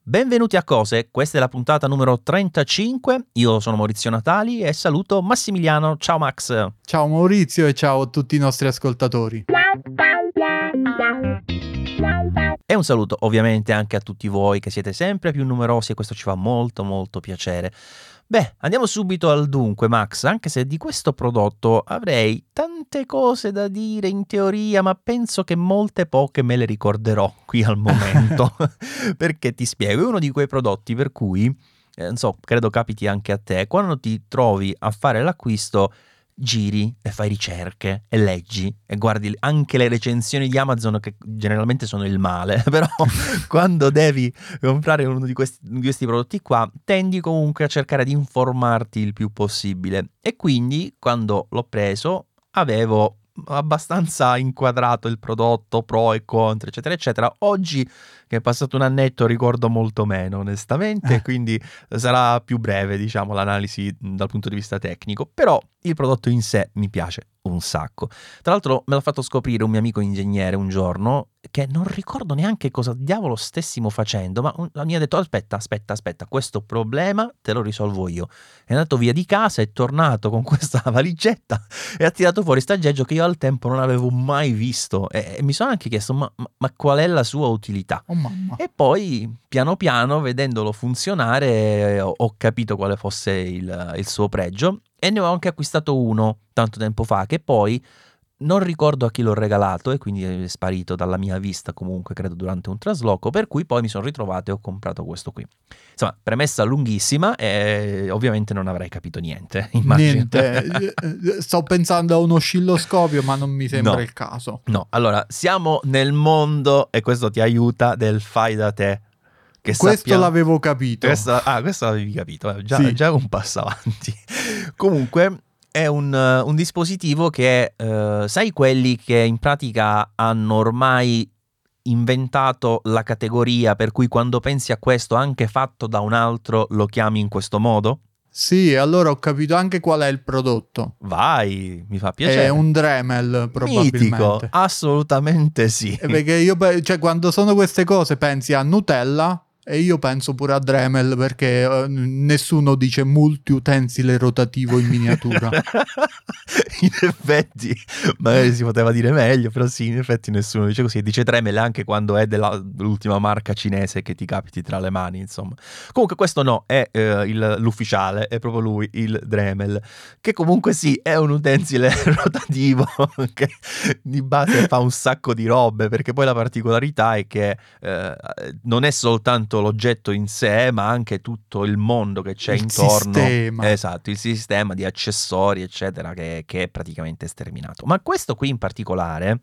Benvenuti a Cose, questa è la puntata numero 35, io sono Maurizio Natali e saluto Massimiliano. Ciao Max! Ciao Maurizio e ciao a tutti i nostri ascoltatori. E un saluto ovviamente anche a tutti voi che siete sempre più numerosi e questo ci fa molto molto piacere. Beh, andiamo subito al dunque, Max, anche se di questo prodotto avrei tante cose da dire in teoria, ma penso che molte poche me le ricorderò qui al momento. Perché ti spiego, è uno di quei prodotti per cui, non so, credo capiti anche a te, quando ti trovi a fare l'acquisto giri e fai ricerche e leggi e guardi anche le recensioni di Amazon che generalmente sono il male, però quando devi comprare uno di questi prodotti qua tendi comunque a cercare di informarti il più possibile e quindi quando l'ho preso avevo abbastanza inquadrato il prodotto, pro e contro eccetera eccetera. Oggi che è passato un annetto ricordo molto meno onestamente, quindi sarà più breve diciamo l'analisi dal punto di vista tecnico, però il prodotto in sé mi piace un sacco. Tra l'altro me l'ha fatto scoprire un mio amico ingegnere un giorno che non ricordo neanche cosa diavolo stessimo facendo, ma mi ha detto aspetta, questo problema te lo risolvo io. È andato via di casa, è tornato con questa valigetta e ha tirato fuori sta aggeggio che io al tempo non avevo mai visto e mi sono anche chiesto ma qual è la sua utilità? Oh mamma. E poi piano piano vedendolo funzionare ho capito quale fosse il suo pregio e ne ho anche acquistato uno tanto tempo fa che poi non ricordo a chi l'ho regalato e quindi è sparito dalla mia vista comunque credo durante un trasloco, per cui poi mi sono ritrovato e ho comprato questo qui. Insomma, premessa lunghissima e ovviamente non avrei capito niente, immagino. Niente, sto pensando a un oscilloscopio ma non mi sembra No. il caso. No, allora siamo nel mondo e questo ti aiuta del fai da te. Che Questo l'avevo capito. Questo l'avevi capito, già, Sì. già un passo avanti. Comunque è un dispositivo che, sai quelli che in pratica hanno ormai inventato la categoria per cui quando pensi a questo anche fatto da un altro lo chiami in questo modo? Sì, allora ho capito anche qual è il prodotto. Vai, mi fa piacere. È un Dremel probabilmente. Mitico, assolutamente sì. Perché io, cioè, quando sono queste cose pensi a Nutella e io penso pure a Dremel perché nessuno dice multiutensile rotativo in miniatura. In effetti magari si poteva dire meglio, però sì, in effetti nessuno dice così, dice Dremel anche quando è dell'ultima marca cinese che ti capiti tra le mani, insomma. Comunque questo no, è l'ufficiale, è proprio lui, il Dremel, che comunque sì, è un utensile rotativo che di base fa un sacco di robe, perché poi la particolarità è che non è soltanto l'oggetto in sé, ma anche tutto il mondo che c'è intorno. Sistema. Esatto, il sistema di accessori, eccetera, che è praticamente sterminato. Ma questo qui in particolare,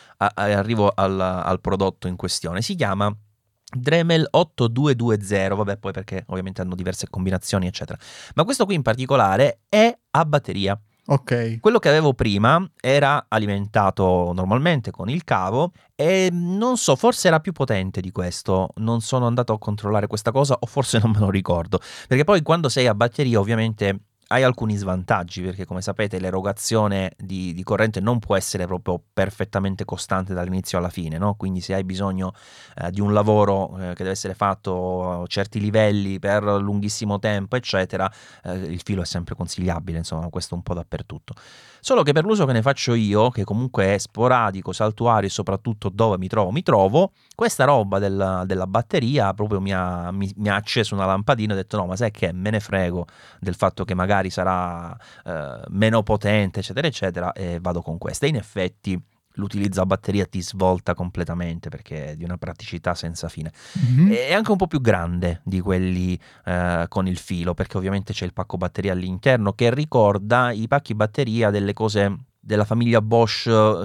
arrivo al prodotto in questione, si chiama Dremel 8220, vabbè poi perché ovviamente hanno diverse combinazioni, eccetera. Ma questo qui in particolare è a batteria. Ok. Quello che avevo prima era alimentato normalmente con il cavo e non so, forse era più potente di questo, non sono andato a controllare questa cosa o forse non me lo ricordo, perché poi quando sei a batteria ovviamente hai alcuni svantaggi, perché come sapete l'erogazione di corrente non può essere proprio perfettamente costante dall'inizio alla fine, no? Quindi se hai bisogno di un lavoro che deve essere fatto a certi livelli per lunghissimo tempo, eccetera, il filo è sempre consigliabile, insomma, questo un po' dappertutto. Solo che per l'uso che ne faccio io, che comunque è sporadico, saltuario e soprattutto dove mi trovo, questa roba della batteria proprio mi ha acceso una lampadina e ho detto no, ma sai che me ne frego del fatto che magari sarà meno potente, eccetera, eccetera, e vado con questa. E in effetti l'utilizzo a batteria ti svolta completamente perché è di una praticità senza fine. Mhm. È anche un po' più grande di quelli con il filo, perché ovviamente c'è il pacco batteria all'interno che ricorda i pacchi batteria delle cose della famiglia Bosch,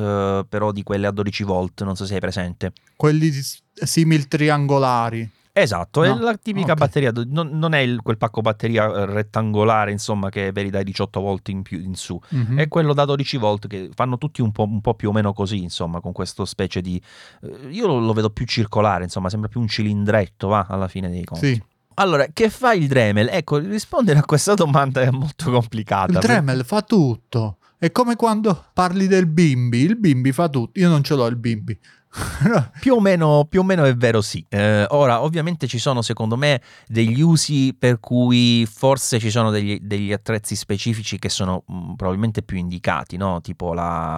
però di quelle a 12 volt, non so se hai presente. Quelli simil triangolari. Esatto, è No, la tipica ok. batteria, non è quel pacco batteria rettangolare, insomma, che vedi dai 18 volt in più in su, Mhm. è quello da 12 volt che fanno tutti un po' più o meno così, insomma, con questo specie di... io lo vedo più circolare, insomma, sembra più un cilindretto, va, alla fine dei conti. Sì. Allora, che fa il Dremel? Ecco, rispondere a questa domanda è molto complicata. Il Dremel fa tutto. È come quando parli del Bimbi. Il Bimbi fa tutto. Io non ce l'ho il Bimbi. Più o meno è vero, sì. Ora, ovviamente ci sono, secondo me, degli usi per cui forse ci sono degli attrezzi specifici che sono probabilmente più indicati, no? Tipo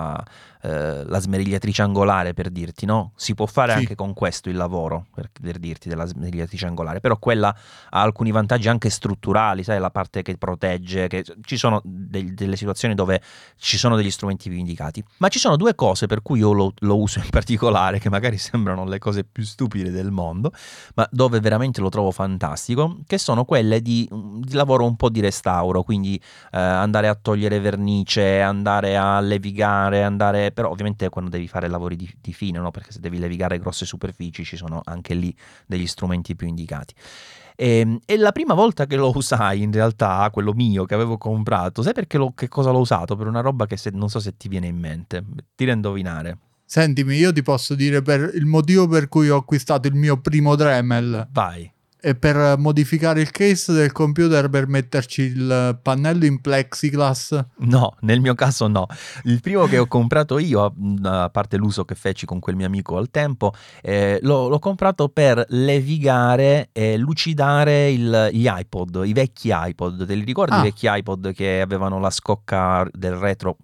la smerigliatrice angolare, per dirti, no? Si può fare Sì. anche con questo il lavoro, per dirti, della smerigliatrice angolare, però quella ha alcuni vantaggi anche strutturali, sai, la parte che protegge, che ci sono delle situazioni dove ci sono degli strumenti più indicati. Ma ci sono due cose per cui io lo uso in particolare, che magari sembrano le cose più stupide del mondo, ma dove veramente lo trovo fantastico, che sono quelle di lavoro un po' di restauro, quindi andare a togliere vernice, andare a levigare, però ovviamente quando devi fare lavori di fine, no? Perché se devi levigare grosse superfici ci sono anche lì degli strumenti più indicati. E la prima volta che lo usai, in realtà, quello mio che avevo comprato, sai perché che cosa l'ho usato? Per una roba che non so se ti viene in mente, tira a indovinare. Sentimi, io ti posso dire il motivo per cui ho acquistato il mio primo Dremel Vai. è per modificare il case del computer per metterci il pannello in plexiglass. No, nel mio caso no. Il primo che ho comprato io, a parte l'uso che feci con quel mio amico al tempo, l'ho comprato per levigare e lucidare gli iPod, i vecchi iPod. Te li ricordi i vecchi iPod che avevano la scocca del retro?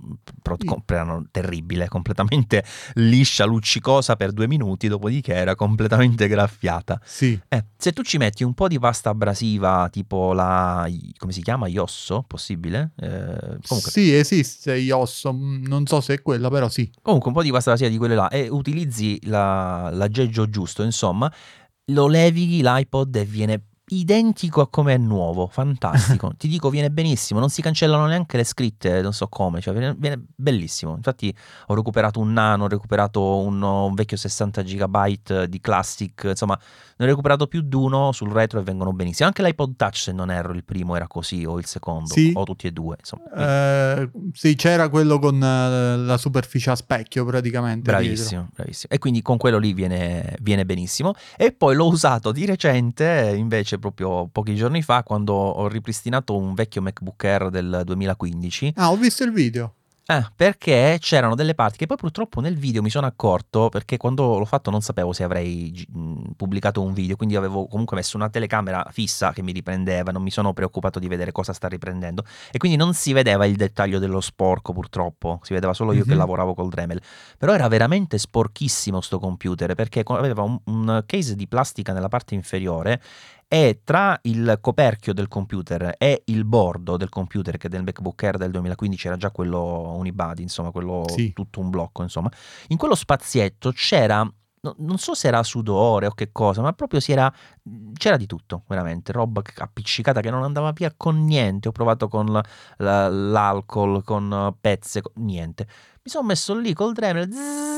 Erano terribile, completamente liscia, luccicosa per 2 minuti, dopodiché era completamente graffiata. Sì. Se tu ci metti un po' di pasta abrasiva, tipo come si chiama? Iosso? Possibile? Comunque, sì, esiste Iosso, non so se è quella, però sì. Comunque un po' di pasta abrasiva di quelle là e utilizzi l'aggeggio giusto, insomma, lo levighi l'iPod e viene identico a come è nuovo, fantastico. Ti dico, viene benissimo, non si cancellano neanche le scritte, non so come, cioè viene bellissimo. Infatti ho recuperato un nano, ho recuperato un vecchio 60 GB di classic, insomma, ne ho recuperato più di uno sul retro e vengono benissimo. Anche l'iPod Touch, se non erro, il primo era così, o il secondo, Sì. o tutti e due, insomma. Sì, c'era quello con la superficie a specchio praticamente. Bravissimo, dietro. bravissimo. E quindi con quello lì viene benissimo. E poi l'ho usato di recente, invece proprio pochi giorni fa, quando ho ripristinato un vecchio MacBook Air del 2015. Ah, ho visto il video. Perché c'erano delle parti che poi purtroppo nel video mi sono accorto, perché quando l'ho fatto non sapevo se avrei pubblicato un video, quindi avevo comunque messo una telecamera fissa che mi riprendeva, non mi sono preoccupato di vedere cosa sta riprendendo e quindi non si vedeva il dettaglio dello sporco, purtroppo, si vedeva solo io che lavoravo col Dremel, però era veramente sporchissimo sto computer perché aveva un case di plastica nella parte inferiore e tra il coperchio del computer e il bordo del computer, che del MacBook Air del 2015 era già quello unibody, insomma, quello tutto un blocco, insomma, in quello spazietto c'era, non so se era sudore o che cosa, ma proprio c'era di tutto, veramente, roba appiccicata che non andava via con niente. Ho provato con l'alcol, con pezze, niente. Mi sono messo lì col Dremel,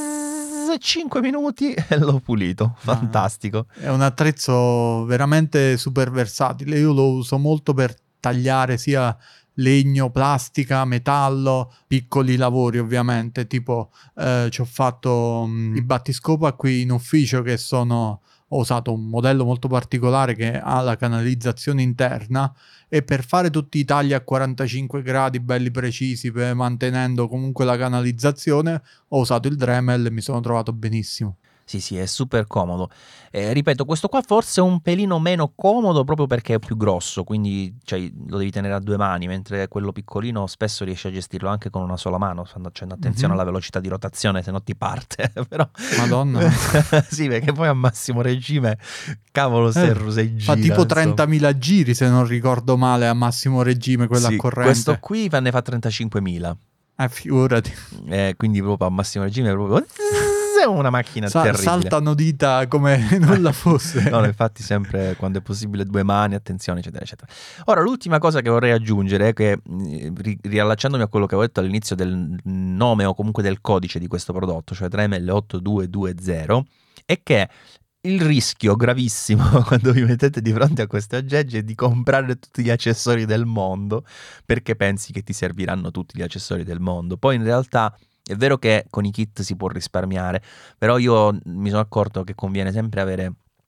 5 minuti e l'ho pulito, fantastico. È un attrezzo veramente super versatile, io lo uso molto per tagliare sia legno, plastica, metallo, piccoli lavori ovviamente, tipo ci ho fatto i battiscopa qui in ufficio che ho usato un modello molto particolare che ha la canalizzazione interna e per fare tutti i tagli a 45 gradi belli precisi, mantenendo comunque la canalizzazione, ho usato il Dremel e mi sono trovato benissimo. Sì, è super comodo. Ripeto, questo qua forse è un pelino meno comodo proprio perché è più grosso, quindi lo devi tenere a 2 mani, mentre quello piccolino spesso riesci a gestirlo anche con una sola mano, facendo attenzione alla velocità di rotazione, se no ti parte. Però... Madonna. Sì, perché poi a massimo regime, cavolo, sei gira. Fa tipo 30.000 giri, se non ricordo male, a massimo regime, quella a corrente. Questo qui ne fa 35.000. Figurati. Quindi proprio a massimo regime, proprio... è una macchina terribile. Saltano dita come nulla fosse. No, infatti sempre quando è possibile 2 mani, attenzione, eccetera, eccetera. Ora, l'ultima cosa che vorrei aggiungere è che, riallacciandomi a quello che ho detto all'inizio del nome o comunque del codice di questo prodotto, cioè Dremel 8220, è che il rischio gravissimo quando vi mettete di fronte a queste aggeggi è di comprare tutti gli accessori del mondo perché pensi che ti serviranno tutti gli accessori del mondo. Poi in realtà è vero che con i kit si può risparmiare, però io mi sono accorto che conviene sempre avere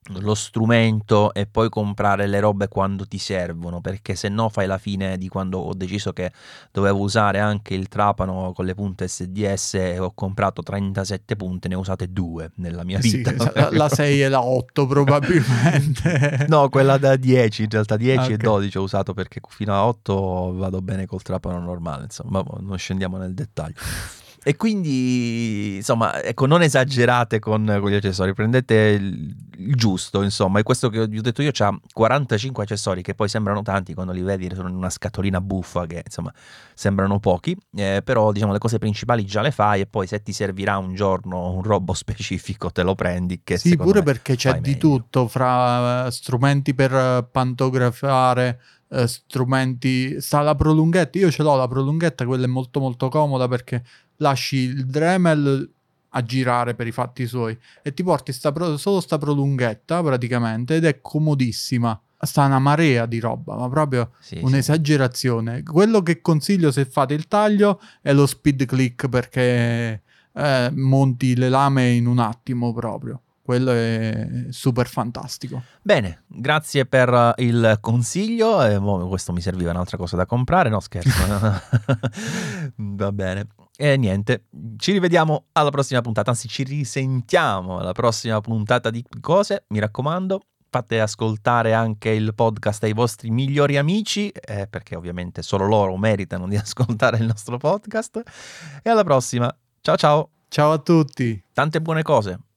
lo strumento e poi comprare le robe quando ti servono, perché se no fai la fine di quando ho deciso che dovevo usare anche il trapano con le punte SDS e ho comprato 37 punte, ne ho usate 2 nella mia Sì, vita. la 6 e la 8 probabilmente. No, quella da 10, in realtà 10 e Ok. 12 ho usato, perché fino a 8 vado bene col trapano normale, insomma, non scendiamo nel dettaglio. E quindi, insomma, ecco, non esagerate con gli accessori, prendete il giusto, insomma. E questo che vi ho detto io c'ha 45 accessori, che poi sembrano tanti quando li vedi, sono in una scatolina buffa che, insomma, sembrano pochi, però, diciamo, le cose principali già le fai, e poi se ti servirà un giorno un robo specifico te lo prendi, che Sì, secondo pure me perché c'è fai di meglio. tutto, fra strumenti per pantografare, strumenti... Sta la prolunghetta, io ce l'ho la prolunghetta, quella è molto molto comoda perché lasci il Dremel a girare per i fatti suoi e ti porti solo sta prolunghetta praticamente ed è comodissima. Sta una marea di roba, ma proprio Sì, sì. un'esagerazione. Quello che consiglio se fate il taglio è lo speed click perché monti le lame in un attimo proprio. Quello è super fantastico. Bene, grazie per il consiglio. Questo mi serviva, un'altra cosa da comprare, no scherzo. Va bene. E niente, ci rivediamo alla prossima puntata, anzi ci risentiamo alla prossima puntata di Cose. Mi raccomando, fate ascoltare anche il podcast ai vostri migliori amici, perché ovviamente solo loro meritano di ascoltare il nostro podcast. E alla prossima. Ciao ciao, Ciao a tutti! tante buone cose.